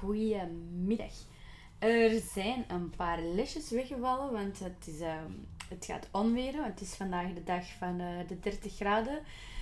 Goedemiddag. Er zijn een paar lesjes weggevallen, want het gaat onweren. Het is vandaag de dag van de 30 graden,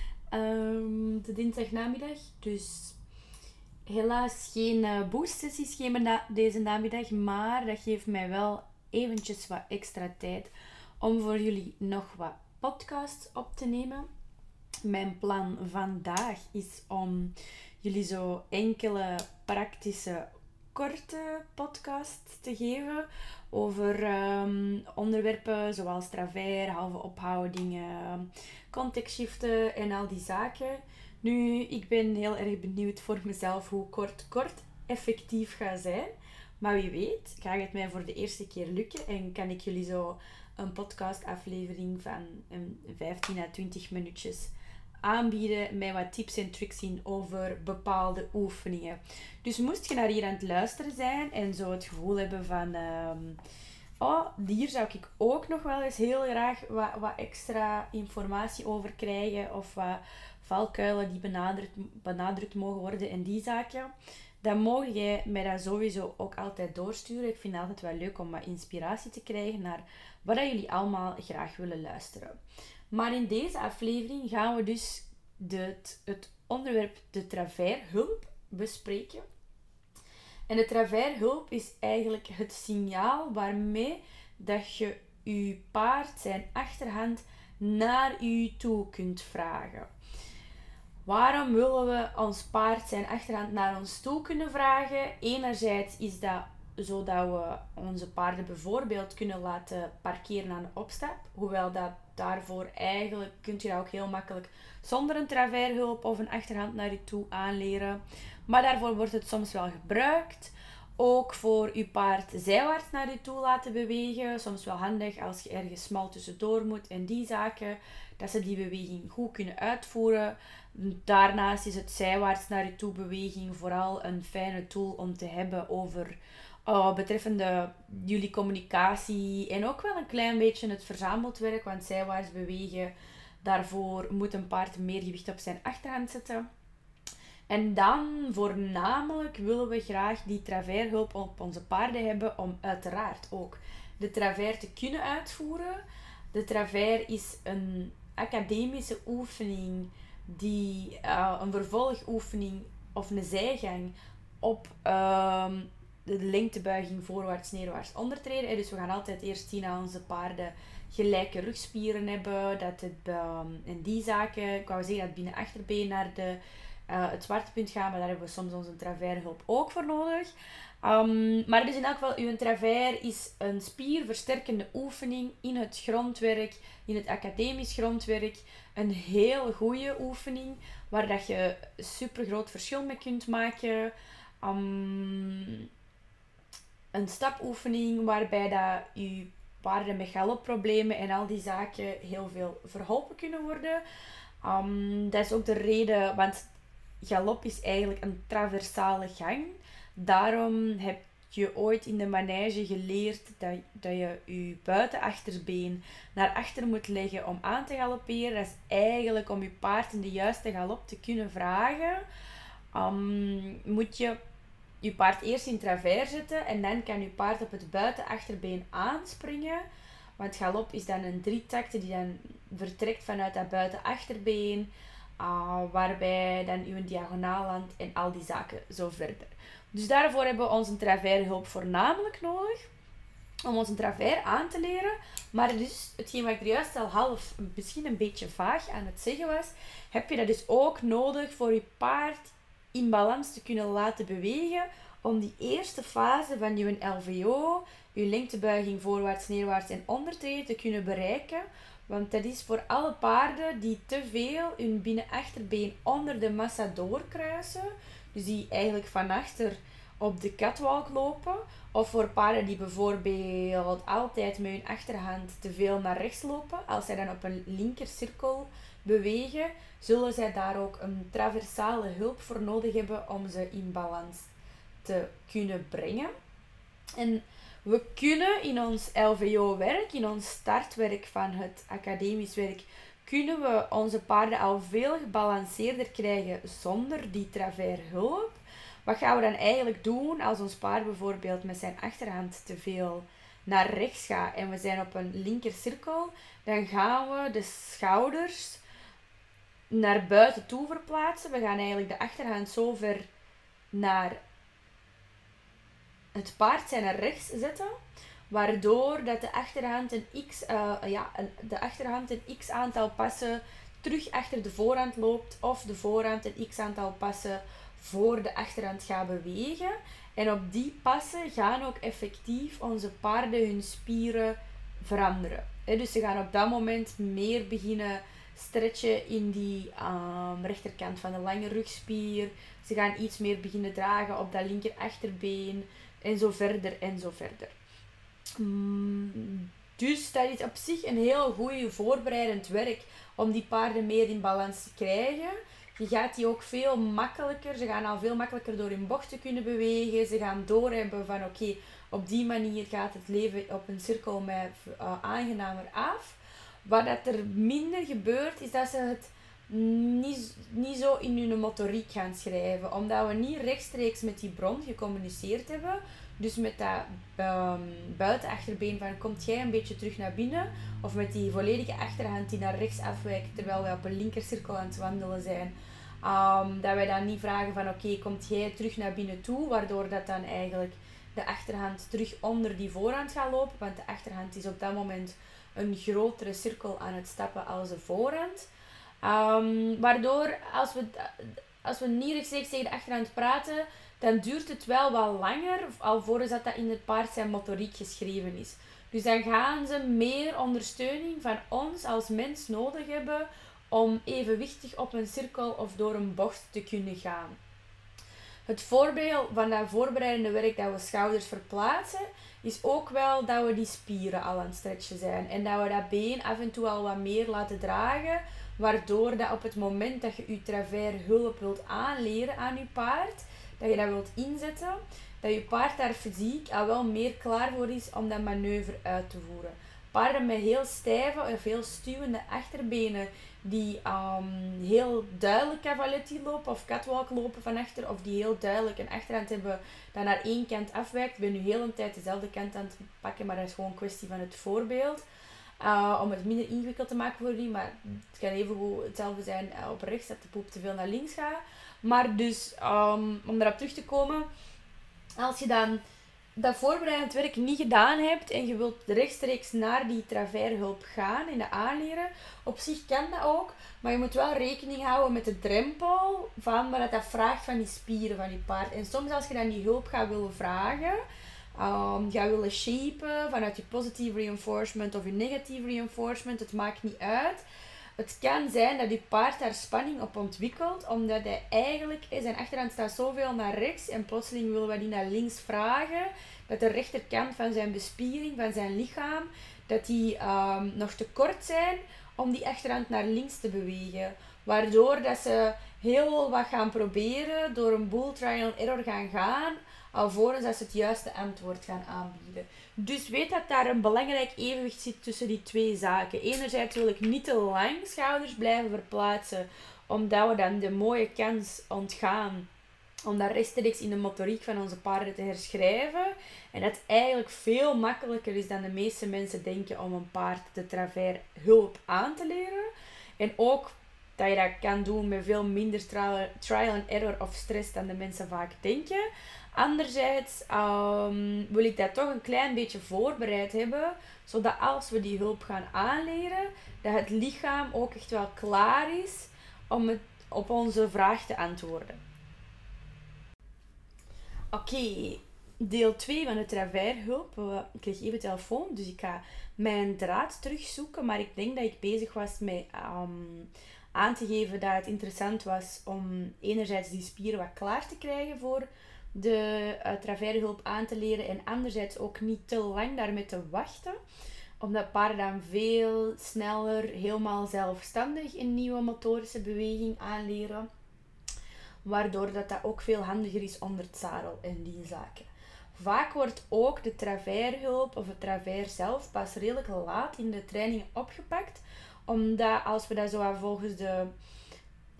de dinsdagnamiddag. Dus helaas geen boost-sessies deze namiddag, maar dat geeft mij wel eventjes wat extra tijd om voor jullie nog wat podcasts op te nemen. Mijn plan vandaag is om jullie zo enkele praktische korte podcasts te geven over onderwerpen zoals travers, halve ophoudingen, contextshiften en al die zaken. Nu, ik ben heel erg benieuwd voor mezelf hoe kort effectief gaat zijn. Maar wie weet, gaat het mij voor de eerste keer lukken en kan ik jullie zo een podcastaflevering van 15 à 20 minuutjes aanbieden met wat tips en tricks in over bepaalde oefeningen. Dus moest je naar hier aan het luisteren zijn en zo het gevoel hebben van hier zou ik ook nog wel eens heel graag wat extra informatie over krijgen of wat valkuilen die benadrukt mogen worden en die zaken, dan mogen jij mij dat sowieso ook altijd doorsturen. Ik vind het altijd wel leuk om wat inspiratie te krijgen naar wat jullie allemaal graag willen luisteren. Maar in deze aflevering gaan we dus het onderwerp de travershulp bespreken. En de travershulp is eigenlijk het signaal waarmee dat je je paard zijn achterhand naar je toe kunt vragen. Waarom willen we ons paard zijn achterhand naar ons toe kunnen vragen? Enerzijds is dat zodat we onze paarden bijvoorbeeld kunnen laten parkeren aan de opstap. Hoewel dat daarvoor eigenlijk kun je dat ook heel makkelijk zonder een travershulp of een achterhand naar je toe aanleren. Maar daarvoor wordt het soms wel gebruikt. Ook voor je paard zijwaarts naar je toe laten bewegen. Soms wel handig als je ergens smal tussendoor moet en die zaken. Dat ze die beweging goed kunnen uitvoeren. Daarnaast is het zijwaarts naar je toe beweging vooral een fijne tool om te hebben over betreffende jullie communicatie en ook wel een klein beetje het verzameld werk, want zijwaarts bewegen, daarvoor moet een paard meer gewicht op zijn achterhand zetten. En dan voornamelijk willen we graag die travershulp op onze paarden hebben om uiteraard ook de travers te kunnen uitvoeren. De travers is een academische oefening, die een vervolgoefening of een zijgang op de lengtebuiging voorwaarts-neerwaarts ondertreden. Dus we gaan altijd eerst zien aan onze paarden gelijke rugspieren hebben, dat het en die zaken. Ik wou zeggen dat het binnen-achterbeen naar het zwaartepunt gaat, maar daar hebben we soms onze travershulp ook voor nodig. Maar dus in elk geval, uw travers is een spierversterkende oefening in het grondwerk, in het academisch grondwerk. Een heel goede oefening, waar dat je super groot verschil mee kunt maken. Een stapoefening waarbij dat je paarden met galopproblemen en al die zaken heel veel verholpen kunnen worden. Dat is ook de reden, want galop is eigenlijk een traversale gang. Daarom heb je ooit in de manege geleerd dat je je buitenachterbeen naar achter moet leggen om aan te galopperen. Dat is eigenlijk om je paard in de juiste galop te kunnen vragen. Moet je paard eerst in travers zetten en dan kan je paard op het buitenachterbeen aanspringen. Want galop is dan een drietakte die dan vertrekt vanuit dat buitenachterbeen. Waarbij dan uw diagonaal landt en al die zaken zo verder. Dus daarvoor hebben we onze travershulp voornamelijk nodig. Om onze travers aan te leren. Maar dus, hetgeen wat ik er juist al misschien een beetje vaag aan het zeggen was, heb je dat dus ook nodig voor je paard in balans te kunnen laten bewegen. Om die eerste fase van je LVO, je lengtebuiging voorwaarts, neerwaarts en ondertreden te kunnen bereiken. Want dat is voor alle paarden die te veel hun binnenachterbeen onder de massa doorkruisen. Dus die eigenlijk van achter op de catwalk lopen. Of voor paarden die bijvoorbeeld altijd met hun achterhand te veel naar rechts lopen. Als zij dan op een linkercirkel bewegen, zullen zij daar ook een traversale hulp voor nodig hebben om ze in balans te kunnen brengen. En we kunnen in ons LVO-werk, in ons startwerk van het academisch werk, kunnen we onze paarden al veel gebalanceerder krijgen zonder die travershulp. Wat gaan we dan eigenlijk doen als ons paard bijvoorbeeld met zijn achterhand te veel naar rechts gaat en we zijn op een linkercirkel? Dan gaan we de schouders naar buiten toe verplaatsen. We gaan eigenlijk de achterhand zo ver naar het paard zijn naar rechts zetten, waardoor dat de achterhand de achterhand een x aantal passen terug achter de voorhand loopt of de voorhand een x aantal passen voor de achterhand gaat bewegen. En op die passen gaan ook effectief onze paarden hun spieren veranderen. Dus ze gaan op dat moment meer beginnen stretchen in die rechterkant van de lange rugspier. Ze gaan iets meer beginnen dragen op dat linker achterbeen. En zo verder en zo verder. Dus dat is op zich een heel goed voorbereidend werk om die paarden meer in balans te krijgen. Je gaat die ook veel makkelijker, ze gaan al veel makkelijker door hun bochten kunnen bewegen. Ze gaan doorhebben van oké, op die manier gaat het leven op een cirkel mij aangenamer af. Wat dat er minder gebeurt, is dat ze het niet zo in hun motoriek gaan schrijven. Omdat we niet rechtstreeks met die bron gecommuniceerd hebben. Dus met dat buitenachterbeen van komt jij een beetje terug naar binnen. Of met die volledige achterhand die naar rechts afwijkt terwijl wij op een linkercirkel aan het wandelen zijn. Dat wij dan niet vragen van oké, komt jij terug naar binnen toe. Waardoor dat dan eigenlijk de achterhand terug onder die voorhand gaat lopen. Want de achterhand is op dat moment een grotere cirkel aan het stappen als de voorhand. Waardoor als we niet rechtstreeks tegen de achterhand praten, dan duurt het wel wat langer, alvorens dat in het paard zijn motoriek geschreven is. Dus dan gaan ze meer ondersteuning van ons als mens nodig hebben om evenwichtig op een cirkel of door een bocht te kunnen gaan. Het voorbeeld van dat voorbereidende werk dat we schouders verplaatsen, is ook wel dat we die spieren al aan het stretchen zijn. En dat we dat been af en toe al wat meer laten dragen, waardoor dat op het moment dat je je travers hulp wilt aanleren aan je paard, dat je dat wilt inzetten, dat je paard daar fysiek al wel meer klaar voor is om dat manoeuvre uit te voeren. Paarden met heel stijve of heel stuwende achterbenen, die heel duidelijk cavaletti lopen of catwalk lopen van achter, of die heel duidelijk een achterhand hebben dat naar één kant afwijkt. Ik ben nu heel een tijd dezelfde kant aan het pakken, maar dat is gewoon een kwestie van het voorbeeld. Om het minder ingewikkeld te maken voor die, maar het kan even goed hetzelfde zijn op rechts, dat de poep te veel naar links gaat. Maar dus, om daarop terug te komen, als je dan dat voorbereidend werk niet gedaan hebt en je wilt rechtstreeks naar die travershulp gaan in de aanleren, op zich kan dat ook, maar je moet wel rekening houden met de drempel van wat dat vraagt van die spieren van je paard. En soms als je dan die hulp gaat willen vragen, gaat willen shapen vanuit je positive reinforcement of je negative reinforcement, het maakt niet uit. Het kan zijn dat je paard daar spanning op ontwikkelt, omdat hij eigenlijk, zijn achterhand staat zoveel naar rechts en plotseling willen we die naar links vragen, dat de rechterkant van zijn bespiering, van zijn lichaam, dat die nog te kort zijn om die achterhand naar links te bewegen. Waardoor dat ze heel wat gaan proberen, door een boel trial and error gaan, alvorens dat ze het juiste antwoord gaan aanbieden. Dus weet dat daar een belangrijk evenwicht zit tussen die twee zaken. Enerzijds wil ik niet te lang schouders blijven verplaatsen, omdat we dan de mooie kans ontgaan om dat rechtstreeks in de motoriek van onze paarden te herschrijven. En dat het eigenlijk veel makkelijker is dan de meeste mensen denken om een paard de travers hulp aan te leren. En ook dat je dat kan doen met veel minder trial and error of stress dan de mensen vaak denken. Anderzijds wil ik dat toch een klein beetje voorbereid hebben, zodat als we die hulp gaan aanleren, dat het lichaam ook echt wel klaar is om op onze vraag te antwoorden. Oké, deel 2 van de travershulp. Ik kreeg even telefoon, dus ik ga mijn draad terugzoeken, maar ik denk dat ik bezig was met aan te geven dat het interessant was om enerzijds die spieren wat klaar te krijgen voor de travershulp aan te leren en anderzijds ook niet te lang daarmee te wachten, omdat paarden dan veel sneller helemaal zelfstandig een nieuwe motorische beweging aanleren, waardoor dat ook veel handiger is onder het zadel en die zaken. Vaak wordt ook de travershulp of het travers zelf pas redelijk laat in de training opgepakt, omdat als we dat zo volgens de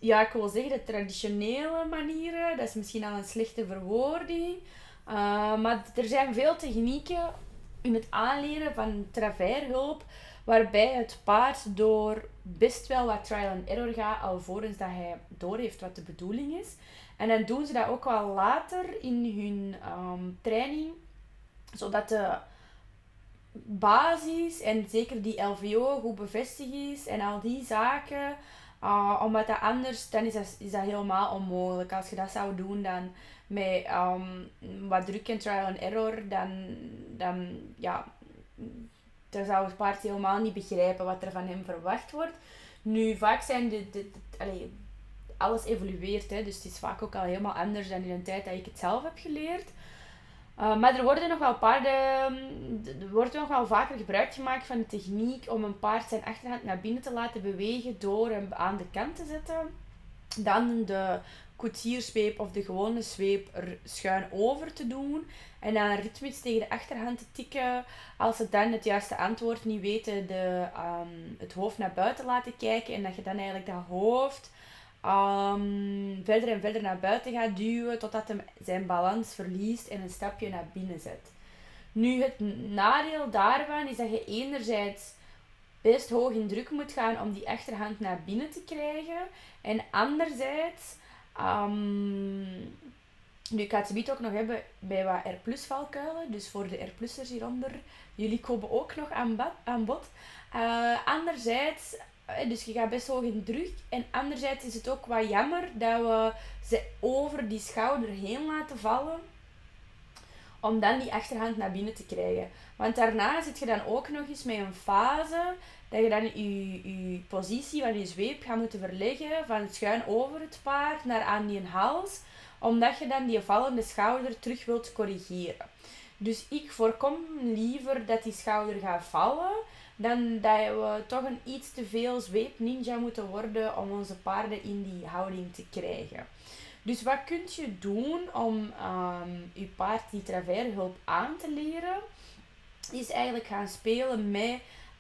ja, ik wil zeggen de traditionele manieren. Dat is misschien al een slechte verwoording. Maar er zijn veel technieken in het aanleren van traveerhulp, waarbij het paard door best wel wat trial and error gaat, alvorens dat hij doorheeft wat de bedoeling is. En dan doen ze dat ook wel later in hun training, zodat de basis en zeker die LVO goed bevestigd is en al die zaken. Omdat dat anders, dan is dat helemaal onmogelijk. Als je dat zou doen dan met wat druk en trial and error, dan ja, dan zou het paard helemaal niet begrijpen wat er van hem verwacht wordt. Nu, vaak zijn alles evolueert, hè, dus het is vaak ook al helemaal anders dan in een tijd dat ik het zelf heb geleerd. Maar er worden nog wel er wordt nog wel vaker gebruik gemaakt van de techniek om een paard zijn achterhand naar binnen te laten bewegen door hem aan de kant te zetten. Dan de koetsierzweep of de gewone zweep er schuin over te doen. En dan ritmisch tegen de achterhand te tikken. Als ze dan het juiste antwoord niet weten, het hoofd naar buiten laten kijken. En dat je dan eigenlijk dat hoofd verder en verder naar buiten gaat duwen totdat hij zijn balans verliest en een stapje naar binnen zet. Nu, het nadeel daarvan is dat je enerzijds best hoog in druk moet gaan om die achterhand naar binnen te krijgen. En anderzijds, nu ik ga het zometeen ook nog hebben bij wat R+ valkuilen, dus voor de R+'ers hieronder, jullie komen ook nog aan bod. Anderzijds, dus je gaat best hoog in druk. En anderzijds is het ook wat jammer dat we ze over die schouder heen laten vallen, om dan die achterhand naar binnen te krijgen. Want daarna zit je dan ook nog eens met een fase dat je dan je positie van je zweep gaat moeten verleggen van schuin over het paard naar aan die hals, omdat je dan die vallende schouder terug wilt corrigeren. Dus ik voorkom liever dat die schouder gaat vallen, dan dat we toch een iets te veel zweep ninja moeten worden om onze paarden in die houding te krijgen. Dus wat kun je doen om je paard die traveerhulp aan te leren, is eigenlijk gaan spelen met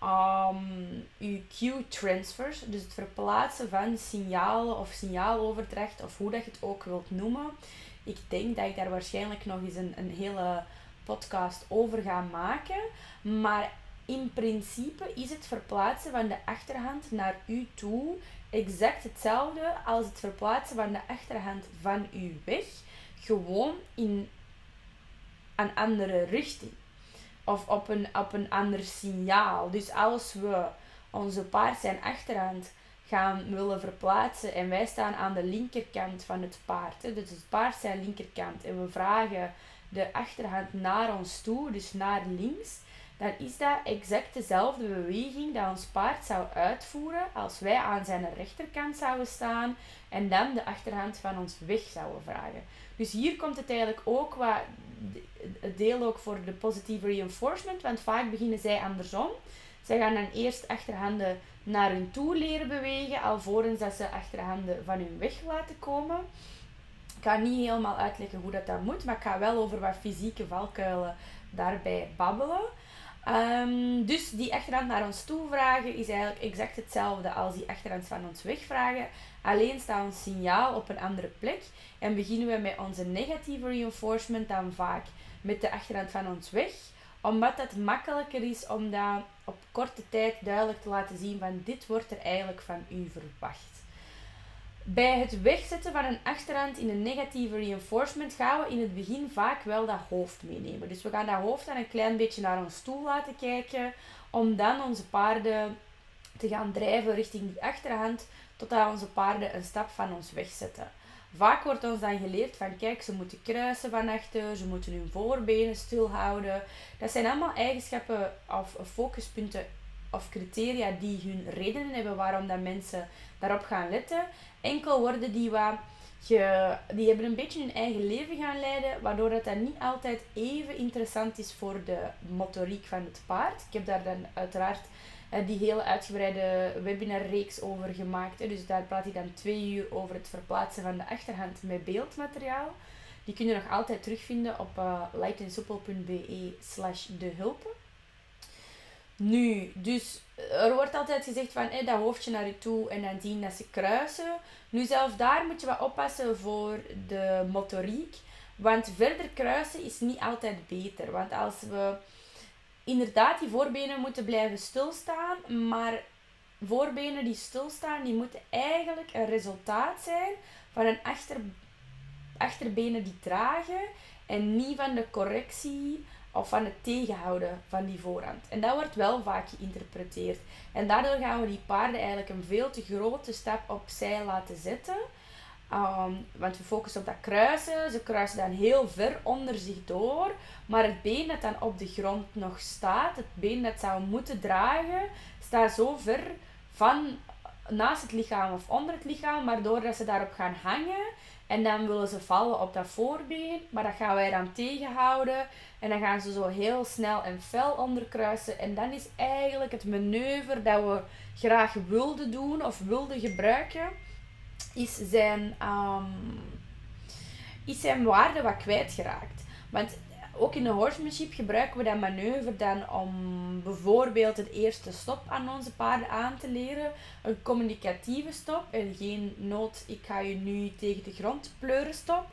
je cue transfers, dus het verplaatsen van signalen of signaaloverdracht of hoe dat je het ook wilt noemen. Ik denk dat ik daar waarschijnlijk nog eens een hele podcast over ga maken, maar in principe is het verplaatsen van de achterhand naar u toe exact hetzelfde als het verplaatsen van de achterhand van u weg, gewoon in een andere richting. Of op een ander signaal. Dus als we onze paard zijn achterhand gaan willen verplaatsen en wij staan aan de linkerkant van het paard, hè, dus het paard zijn linkerkant, en we vragen de achterhand naar ons toe, dus naar links, dan is dat exact dezelfde beweging dat ons paard zou uitvoeren als wij aan zijn rechterkant zouden staan en dan de achterhand van ons weg zouden vragen. Dus hier komt het eigenlijk ook wat het deel ook voor de positieve reinforcement, want vaak beginnen zij andersom. Zij gaan dan eerst achterhanden naar hun toe leren bewegen, alvorens dat ze achterhanden van hun weg laten komen. Ik ga niet helemaal uitleggen hoe dat moet, maar ik ga wel over wat fysieke valkuilen daarbij babbelen. Dus die achterhand naar ons toe vragen is eigenlijk exact hetzelfde als die achterhand van ons wegvragen. Alleen staat ons signaal op een andere plek en beginnen we met onze negatieve reinforcement dan vaak met de achterhand van ons weg. Omdat het makkelijker is om dat op korte tijd duidelijk te laten zien van dit wordt er eigenlijk van u verwacht. Bij het wegzetten van een achterhand in een negatieve reinforcement gaan we in het begin vaak wel dat hoofd meenemen. Dus we gaan dat hoofd dan een klein beetje naar ons toe laten kijken, om dan onze paarden te gaan drijven richting die achterhand, totdat onze paarden een stap van ons wegzetten. Vaak wordt ons dan geleerd van kijk, ze moeten kruisen van achter, ze moeten hun voorbenen stil houden. Dat zijn allemaal eigenschappen of focuspunten of criteria die hun redenen hebben waarom dat mensen daarop gaan letten. Enkel worden die hebben een beetje hun eigen leven gaan leiden, waardoor dat niet altijd even interessant is voor de motoriek van het paard. Ik heb daar dan uiteraard die hele uitgebreide webinarreeks over gemaakt. Dus daar praat ik dan 2 uur over het verplaatsen van de achterhand met beeldmateriaal. Die kun je nog altijd terugvinden op lightandsoepel.be/dehulpen. Nu, dus er wordt altijd gezegd van dat hoofdje naar je toe en dan zien dat ze kruisen. Nu, zelf daar moet je wat oppassen voor de motoriek. Want verder kruisen is niet altijd beter. Want als we inderdaad die voorbenen moeten blijven stilstaan, maar voorbenen die stilstaan, die moeten eigenlijk een resultaat zijn van een achterbenen die dragen en niet van de correctie of van het tegenhouden van die voorhand. En dat wordt wel vaak geïnterpreteerd. En daardoor gaan we die paarden eigenlijk een veel te grote stap opzij laten zetten. Want we focussen op dat kruisen. Ze kruisen dan heel ver onder zich door. Maar het been dat dan op de grond nog staat, het been dat zou moeten dragen, staat zo ver van naast het lichaam of onder het lichaam, waardoor dat ze daarop gaan hangen. En dan willen ze vallen op dat voorbeen, maar dat gaan wij dan tegenhouden. En dan gaan ze zo heel snel en fel onderkruisen. En dan is eigenlijk het manoeuvre dat we graag wilden doen of wilden gebruiken, is zijn waarde wat kwijtgeraakt. Want ook in de horsemanship gebruiken we dat manoeuvre dan om bijvoorbeeld het eerste stop aan onze paarden aan te leren. Een communicatieve stop en geen nood, ik ga je nu tegen de grond pleuren stop.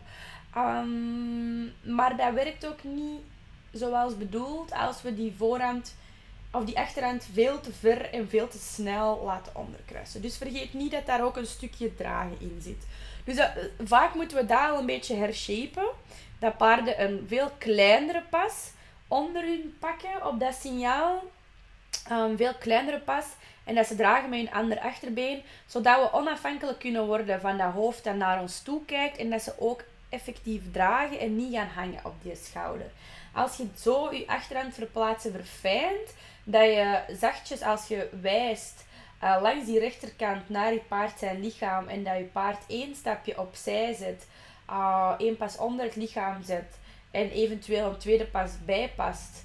Maar dat werkt ook niet zoals bedoeld als we die voorhand of die achterhand veel te ver en veel te snel laten onderkruisen. Dus vergeet niet dat daar ook een stukje dragen in zit. Dus vaak moeten we dat al een beetje hershapen. Dat paarden een veel kleinere pas onder hun pakken op dat signaal. Veel kleinere pas. En dat ze dragen met hun ander achterbeen. Zodat we onafhankelijk kunnen worden van dat hoofd dat naar ons toe kijkt. En dat ze ook effectief dragen en niet gaan hangen op die schouder. Als je zo je achterhand verplaatsen verfijnt, dat je zachtjes als je wijst langs die rechterkant naar je paard zijn lichaam en dat je paard één stapje opzij zet, één pas onder het lichaam zet en eventueel een tweede pas bijpast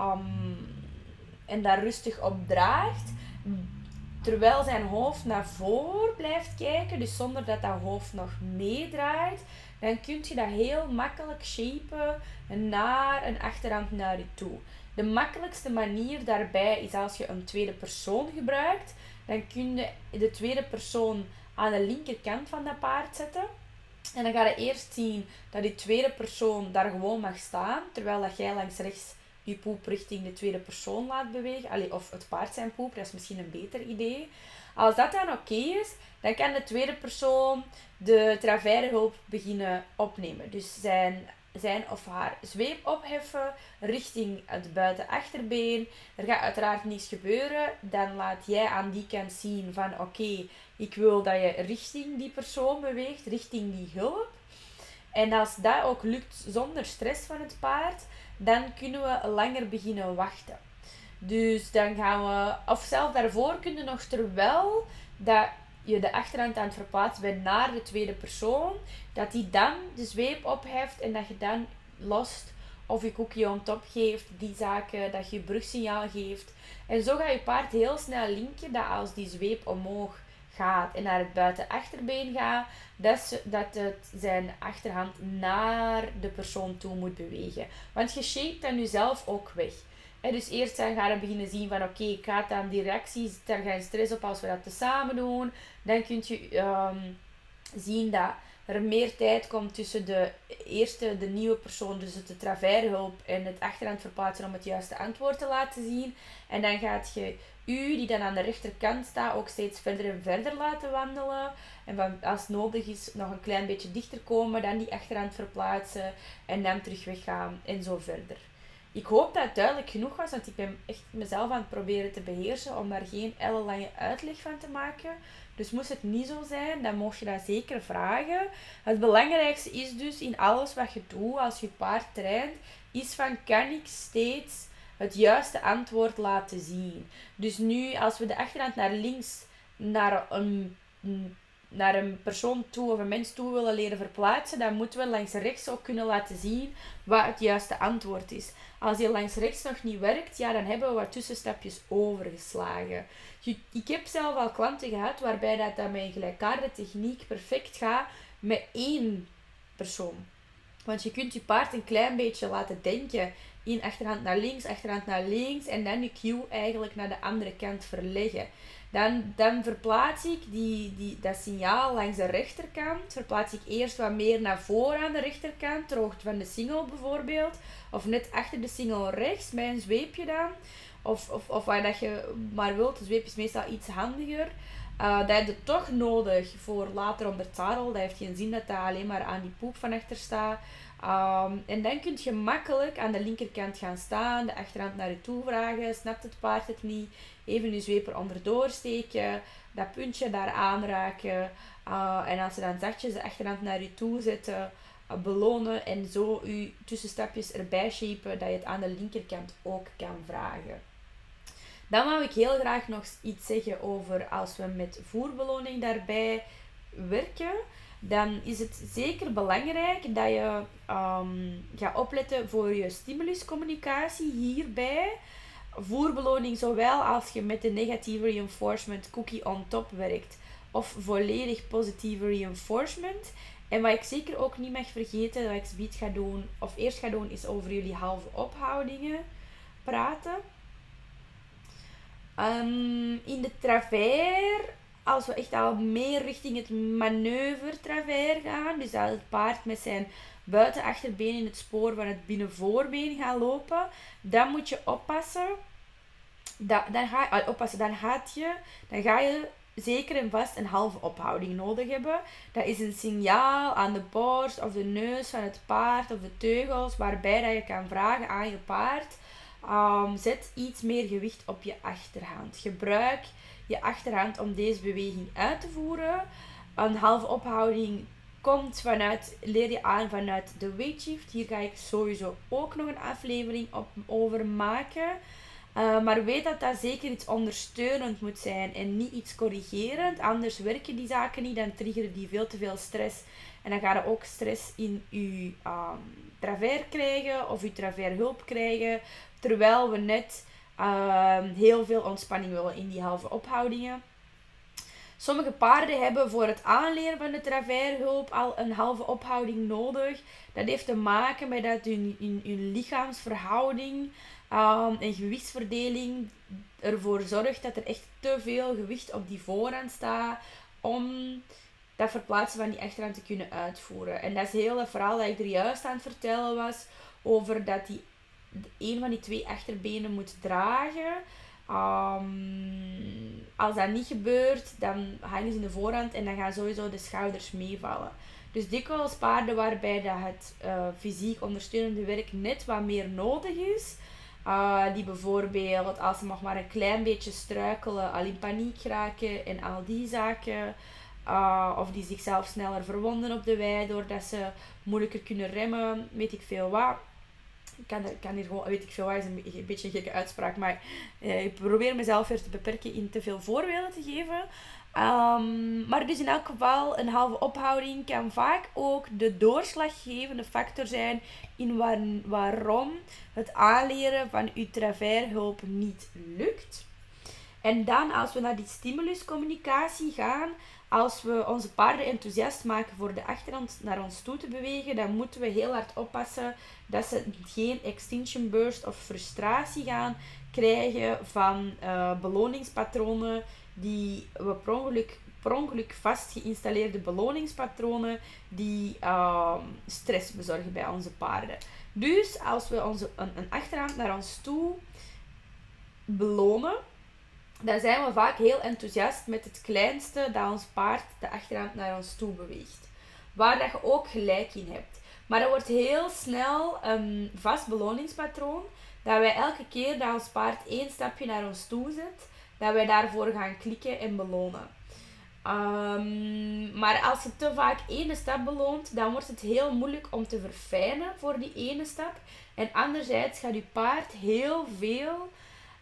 en daar rustig op draagt, terwijl zijn hoofd naar voren blijft kijken, dus zonder dat dat hoofd nog meedraait, dan kun je dat heel makkelijk shapen naar een achterhand naar je toe. De makkelijkste manier daarbij is als je een tweede persoon gebruikt. Dan kun je de tweede persoon aan de linkerkant van dat paard zetten. En dan ga je eerst zien dat die tweede persoon daar gewoon mag staan. Terwijl dat jij langs rechts je poep richting de tweede persoon laat bewegen. Of het paard zijn poep, dat is misschien een beter idee. Als dat dan oké is, dan kan de tweede persoon de travijrhulp beginnen opnemen. Dus zijn of haar zweep opheffen richting het buitenachterbeen. Er gaat uiteraard niets gebeuren. Dan laat jij aan die kant zien van oké, ik wil dat je richting die persoon beweegt, richting die hulp. En als dat ook lukt zonder stress van het paard, dan kunnen we langer beginnen wachten. Dus dan gaan we, of zelf daarvoor kunnen nog terwijl dat je de achterhand aan het verplaatsen bent naar de tweede persoon, dat die dan de zweep opheft en dat je dan lost of je koekje on top geeft, die zaken, dat je brugsignaal geeft. En zo gaat je paard heel snel linken dat als die zweep omhoog gaat en naar het buitenachterbeen gaat, dat het zijn achterhand naar de persoon toe moet bewegen. Want je shapet dan jezelf ook weg. Dus eerst dan ga je beginnen zien van oké, ik ga dan die reacties, daar ga je stress op als we dat tezamen doen. Dan kun je zien dat er meer tijd komt tussen de nieuwe persoon, dus de travijrhulp en het achterhand verplaatsen om het juiste antwoord te laten zien. En dan gaat je die dan aan de rechterkant staat, ook steeds verder en verder laten wandelen. En als het nodig is, nog een klein beetje dichter komen, dan die achterhand verplaatsen en dan terug weggaan en zo verder. Ik hoop dat het duidelijk genoeg was, want ik ben echt mezelf aan het proberen te beheersen om daar geen ellenlange uitleg van te maken. Dus moest het niet zo zijn, dan mocht je dat zeker vragen. Het belangrijkste is dus in alles wat je doet als je paard traint, is van kan ik steeds het juiste antwoord laten zien. Dus nu als we de achterhand naar links naar een persoon toe of een mens toe willen leren verplaatsen, dan moeten we langs rechts ook kunnen laten zien wat het juiste antwoord is. Als die langs rechts nog niet werkt, ja, dan hebben we wat tussenstapjes overgeslagen. Ik heb zelf al klanten gehad waarbij dat met een gelijkaardige techniek perfect gaat met één persoon. Want je kunt je paard een klein beetje laten denken in achterhand naar links en dan je cue eigenlijk naar de andere kant verleggen. Dan verplaats ik dat signaal langs de rechterkant. Verplaats ik eerst wat meer naar voren aan de rechterkant, ter hoogte van de singel bijvoorbeeld. Of net achter de singel rechts, met een zweepje dan. Of waar dat je maar wilt, de zweep is meestal iets handiger. Dat heb je toch nodig voor later onder het zadel. Dat heeft geen zin dat dat alleen maar aan die poep van achter staat. En dan kun je makkelijk aan de linkerkant gaan staan, de achterhand naar je toe vragen, snapt het paard het niet, even je zweep eronder doorsteken, dat puntje daar aanraken en als ze dan zachtjes de achterhand naar je toe zetten, belonen en zo je tussenstapjes erbij shapen dat je het aan de linkerkant ook kan vragen. Dan wou ik heel graag nog iets zeggen over als we met voerbeloning daarbij werken. Dan is het zeker belangrijk dat je gaat opletten voor je stimuluscommunicatie hierbij. Voerbeloning zowel als je met de negatieve reinforcement cookie on top werkt of volledig positieve reinforcement. En wat ik zeker ook niet mag vergeten, wat ik zoiets ga doen, of eerst ga doen, is over jullie halve ophoudingen praten. In de travers, als we echt al meer richting het manoeuvre travers gaan, dus dat het paard met zijn buitenachterbeen in het spoor van het binnenvoorbeen gaat lopen, dan moet je oppassen. Dan ga je zeker en vast een halve ophouding nodig hebben. Dat is een signaal aan de borst of de neus van het paard of de teugels, waarbij dat je kan vragen aan je paard: zet iets meer gewicht op je achterhand. Gebruik je achterhand om deze beweging uit te voeren. Een halve ophouding leer je aan vanuit de weight shift. Hier ga ik sowieso ook nog een aflevering over maken. Maar weet dat dat zeker iets ondersteunend moet zijn en niet iets corrigerend. Anders werken die zaken niet, dan triggeren die veel te veel stress. En dan ga je ook stress in je travers krijgen of je travershulp krijgen. Terwijl we net heel veel ontspanning willen in die halve ophoudingen. Sommige paarden hebben voor het aanleren van de travershulp al een halve ophouding nodig. Dat heeft te maken met dat hun lichaamsverhouding en gewichtsverdeling ervoor zorgt dat er echt te veel gewicht op die voorhand staat om dat verplaatsen van die achterhand te kunnen uitvoeren. En dat is heel het verhaal dat ik er juist aan het vertellen was over dat een van die twee achterbenen moet dragen. Als dat niet gebeurt, dan hangen ze in de voorhand en dan gaan sowieso de schouders meevallen. Dus dikwijls paarden waarbij dat het fysiek ondersteunende werk net wat meer nodig is. Die bijvoorbeeld, als ze nog maar een klein beetje struikelen, al in paniek raken en al die zaken. Of die zichzelf sneller verwonden op de wei doordat ze moeilijker kunnen remmen, weet ik veel wat. Ik kan hier gewoon, weet ik veel wat, is een beetje een gekke uitspraak, maar ik probeer mezelf weer te beperken in te veel voorbeelden te geven. Maar dus in elk geval, een halve ophouding kan vaak ook de doorslaggevende factor zijn in waarom het aanleren van uw travershulp niet lukt. En dan, als we naar die stimuluscommunicatie gaan, als we onze paarden enthousiast maken voor de achterhand naar ons toe te bewegen, dan moeten we heel hard oppassen dat ze geen extinction burst of frustratie gaan krijgen van beloningspatronen die we per ongeluk vast geïnstalleerde beloningspatronen die stress bezorgen bij onze paarden. Dus als we een achterhand naar ons toe belonen, dan zijn we vaak heel enthousiast met het kleinste dat ons paard de achterhand naar ons toe beweegt. Waar dat je ook gelijk in hebt. Maar dat wordt heel snel een vast beloningspatroon. Dat wij elke keer dat ons paard 1 stapje naar ons toe zet, dat wij daarvoor gaan klikken en belonen. Maar als je te vaak 1 stap beloont, dan wordt het heel moeilijk om te verfijnen voor die 1 stap. En anderzijds gaat je paard heel veel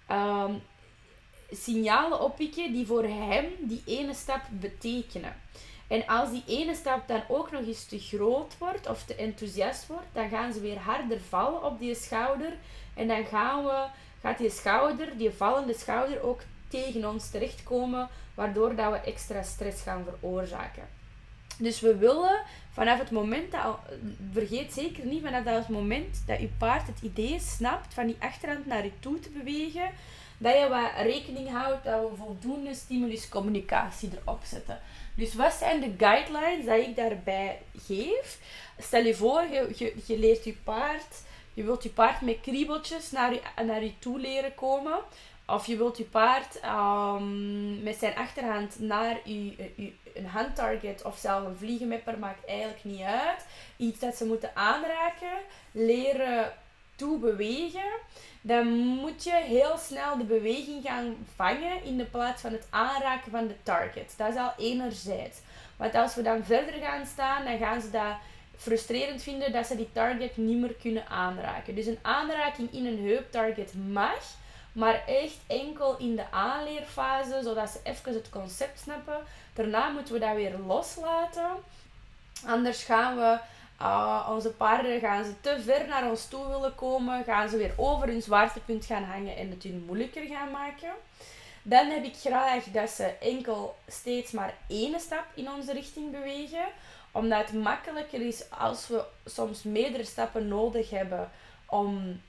signalen oppikken die voor hem die 1 stap betekenen. En als die 1 stap dan ook nog eens te groot wordt of te enthousiast wordt, dan gaan ze weer harder vallen op die schouder. En dan gaat die vallende schouder ook tegen ons terechtkomen, waardoor dat we extra stress gaan veroorzaken. Dus we willen vanaf het moment vergeet zeker niet, vanaf het moment dat je paard het idee snapt van die achterhand naar je toe te bewegen, dat je wat rekening houdt dat we voldoende stimulus-communicatie erop zetten. Dus wat zijn de guidelines die ik daarbij geef? Stel je voor, je leert je paard, je wilt je paard met kriebeltjes naar je toe leren komen. Of je wilt je paard met zijn achterhand naar een handtarget of zelf een vliegenmapper, maakt eigenlijk niet uit. Iets dat ze moeten aanraken, leren toe bewegen. Dan moet je heel snel de beweging gaan vangen in de plaats van het aanraken van de target. Dat is al enerzijds. Want als we dan verder gaan staan, dan gaan ze dat frustrerend vinden dat ze die target niet meer kunnen aanraken. Dus een aanraking in een heuptarget mag, maar echt enkel in de aanleerfase, zodat ze even het concept snappen. Daarna moeten we dat weer loslaten. Anders gaan we onze paarden gaan ze te ver naar ons toe willen komen, gaan ze weer over hun zwaartepunt gaan hangen en het hun moeilijker gaan maken. Dan heb ik graag dat ze enkel steeds maar één stap in onze richting bewegen, omdat het makkelijker is als we soms meerdere stappen nodig hebben om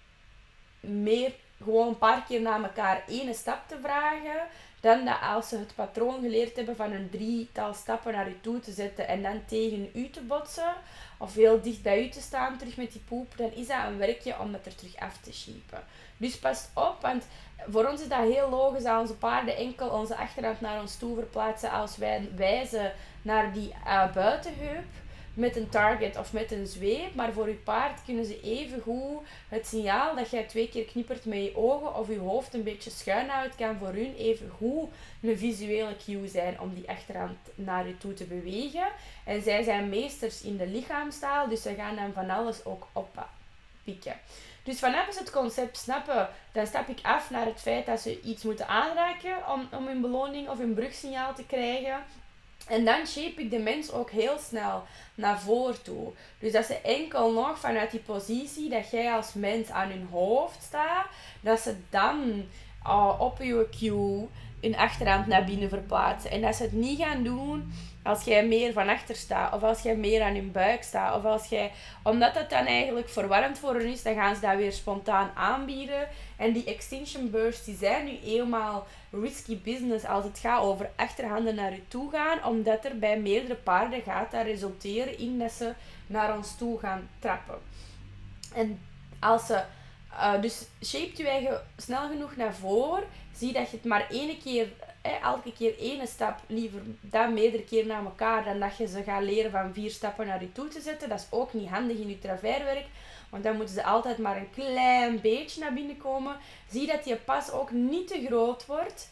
gewoon een paar keer na elkaar één stap te vragen, dan dat als ze het patroon geleerd hebben van een drietal stappen naar u toe te zetten en dan tegen u te botsen, of heel dicht bij u te staan terug met die poep, dan is dat een werkje om dat er terug af te schepen. Dus pas op, want voor ons is dat heel logisch dat onze paarden enkel onze achterhand naar ons toe verplaatsen als wij wijzen naar die buitenheup met een target of met een zweep, maar voor je paard kunnen ze evengoed het signaal dat jij 2 keer knippert met je ogen of je hoofd een beetje schuin houdt, kan voor hun evengoed een visuele cue zijn om die achterhand naar je toe te bewegen. En zij zijn meesters in de lichaamstaal, dus ze gaan dan van alles ook oppikken. Dus vanaf ze het concept snappen, dan stap ik af naar het feit dat ze iets moeten aanraken om hun beloning of hun brugsignaal te krijgen. En dan shape ik de mens ook heel snel naar voren toe. Dus dat ze enkel nog vanuit die positie dat jij als mens aan hun hoofd staat, dat ze dan op je cue hun achterhand naar binnen verplaatsen. En dat ze het niet gaan doen als jij meer van achter staat, of als jij meer aan hun buik staat, of als jij, omdat dat dan eigenlijk verwarrend voor hen is, dan gaan ze dat weer spontaan aanbieden. En die extinction bursts, die zijn nu eenmaal risky business als het gaat over achterhanden naar je toe gaan, omdat er bij meerdere paarden gaat dat resulteren in dat ze naar ons toe gaan trappen. En als ze dus shape je eigen snel genoeg naar voren, zie dat je het maar één keer, elke keer één stap, liever dan meerdere keer naar elkaar, dan dat je ze gaat leren van 4 stappen naar je toe te zetten. Dat is ook niet handig in je traverwerk, want dan moeten ze altijd maar een klein beetje naar binnen komen. Zie dat je pas ook niet te groot wordt.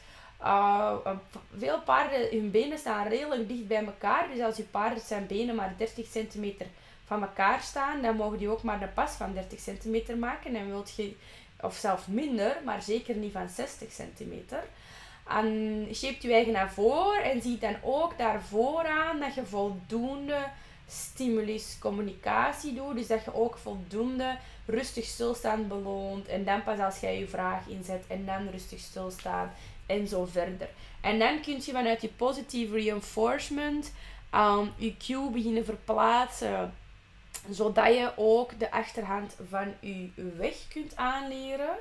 Veel paarden, hun benen staan redelijk dicht bij elkaar, dus als je paard zijn benen maar 30 centimeter van elkaar staan, dan mogen die ook maar een pas van 30 centimeter maken. En wilt je, of zelfs minder, maar zeker niet van 60 centimeter. En shape je eigen naar voren en zie dan ook daar vooraan dat je voldoende stimulus communicatie doet. Dus dat je ook voldoende rustig stilstaan beloont. En dan pas als jij je vraag inzet en dan rustig stilstaan en zo verder. En dan kun je vanuit je positive reinforcement je cue beginnen verplaatsen, zodat je ook de achterhand van je weg kunt aanleren.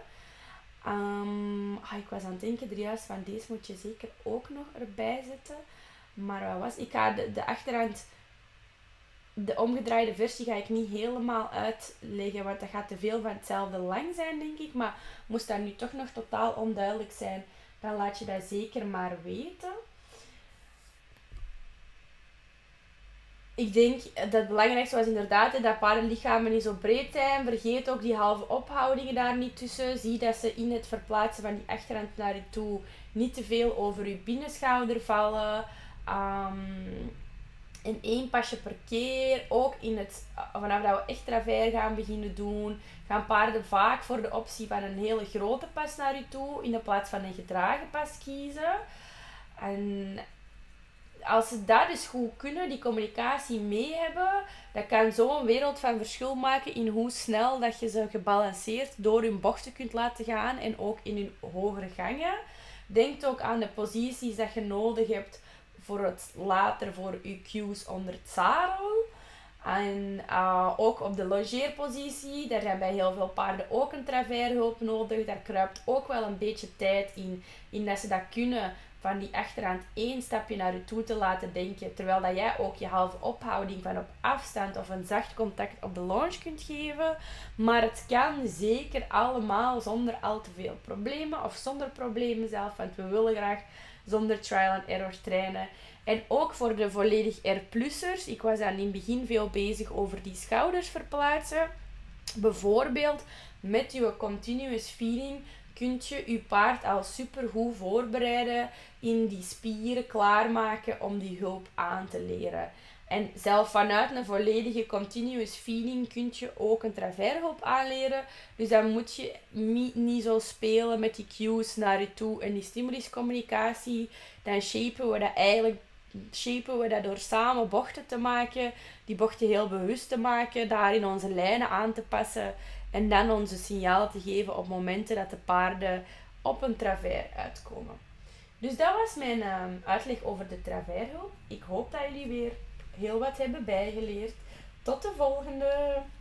Ik was aan het denken, juist van deze moet je zeker ook nog erbij zetten. Maar wat was? Ik ga de achterhand, de omgedraaide versie ga ik niet helemaal uitleggen, want dat gaat te veel van hetzelfde lang zijn, denk ik. Maar moest dat nu toch nog totaal onduidelijk zijn, dan laat je dat zeker maar weten. Ik denk dat het belangrijkste was inderdaad dat paardenlichamen niet zo breed zijn. Vergeet ook die halve ophoudingen daar niet tussen. Zie dat ze in het verplaatsen van die achterhand naar je toe niet te veel over je binnenschouder vallen. En 1 pasje per keer. Ook vanaf dat we echt travers gaan beginnen doen, gaan paarden vaak voor de optie van een hele grote pas naar je toe in de plaats van een gedragen pas kiezen. En als ze dat dus goed kunnen, die communicatie mee hebben, dat kan zo een wereld van verschil maken in hoe snel dat je ze gebalanceerd door hun bochten kunt laten gaan en ook in hun hogere gangen. Denk ook aan de posities dat je nodig hebt later voor je cues onder het zadel. En ook op de longeerpositie, daar zijn bij heel veel paarden ook een travershulp nodig. Daar kruipt ook wel een beetje tijd in dat ze dat kunnen van die achterhand 1 stapje naar je toe te laten denken. Terwijl dat jij ook je halve ophouding van op afstand of een zacht contact op de longe kunt geven. Maar het kan zeker allemaal zonder al te veel problemen of zonder problemen zelf. Want we willen graag zonder trial and error trainen. En ook voor de volledig R-plussers. Ik was aan in het begin veel bezig over die schouders verplaatsen. Bijvoorbeeld met je continuous feeding kun je je paard al supergoed voorbereiden in die spieren klaarmaken om die hulp aan te leren. En zelf vanuit een volledige continuous feeding kun je ook een travershulp aanleren. Dus dan moet je niet zo spelen met die cues naar je toe en die stimuluscommunicatie. Dan shapen we dat door samen bochten te maken, die bochten heel bewust te maken, daarin onze lijnen aan te passen en dan onze signaal te geven op momenten dat de paarden op een travers uitkomen. Dus dat was mijn uitleg over de travershulp. Ik hoop dat jullie weer heel wat hebben bijgeleerd. Tot de volgende!